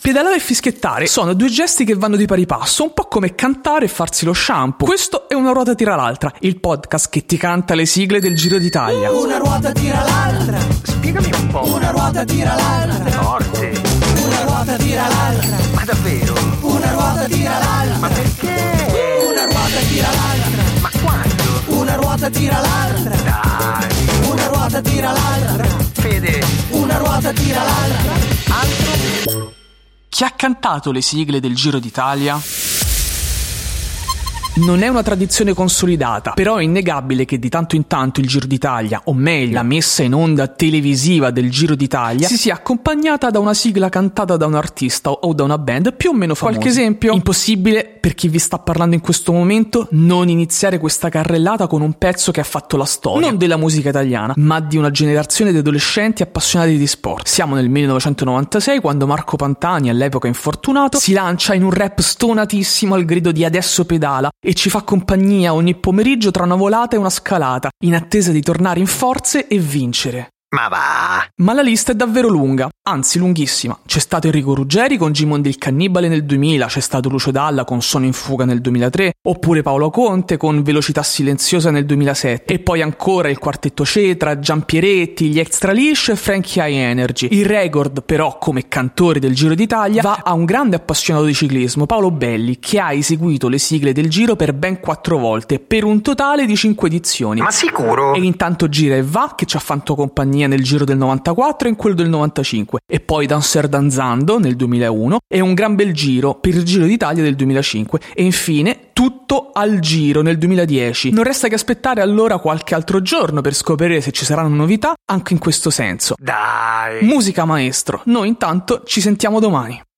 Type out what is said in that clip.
Pedalare e fischiettare sono due gesti che vanno di pari passo, un po' come cantare e farsi lo shampoo. Questo è Una ruota tira l'altra, il podcast che ti canta le sigle del Giro d'Italia. Una ruota tira l'altra. Spiegami un po'. Una ruota tira l'altra. Forte. Una ruota tira l'altra. Ma davvero? Una ruota tira l'altra. Ma perché? Una ruota tira l'altra. Ma quando? Una ruota tira l'altra. Dai. Una ruota tira l'altra. Fede. Una ruota tira l'altra. Altro? Chi ha cantato le sigle del Giro d'Italia? Non è una tradizione consolidata, però è innegabile che di tanto in tanto il Giro d'Italia, o meglio, la messa in onda televisiva del Giro d'Italia, si sia accompagnata da una sigla cantata da un artista o da una band più o meno famosa. Qualche esempio? Impossibile, per chi vi sta parlando in questo momento, non iniziare questa carrellata con un pezzo che ha fatto la storia, non della musica italiana, ma di una generazione di adolescenti appassionati di sport. Siamo nel 1996, quando Marco Pantani, all'epoca infortunato, si lancia in un rap stonatissimo al grido di "Adesso pedala" e ci fa compagnia ogni pomeriggio tra una volata e una scalata, in attesa di tornare in forze e vincere. Ma va! Ma la lista è davvero lunga, anzi lunghissima. C'è stato Enrico Ruggeri con Gimondi il Cannibale nel 2000, c'è stato Lucio Dalla con Sono in fuga nel 2003, oppure Paolo Conte con Velocità silenziosa nel 2007, e poi ancora il Quartetto Cetra, Giampieretti, gli Extra Liscio e Frankie High Energy. Il record però come cantore del Giro d'Italia va a un grande appassionato di ciclismo, Paolo Belli, che ha eseguito le sigle del Giro per ben 4 volte, per un totale di 5 edizioni. Ma sicuro? E intanto gira e va, che ci ha fatto compagnia nel Giro del 94 e in quello del 95, e poi Danser Danzando nel 2001 e un gran bel giro per il Giro d'Italia del 2005, e infine Tutto al Giro nel 2010. Non resta che aspettare allora qualche altro giorno per scoprire se ci saranno novità anche in questo senso. Dai! Musica maestro, noi intanto ci sentiamo domani.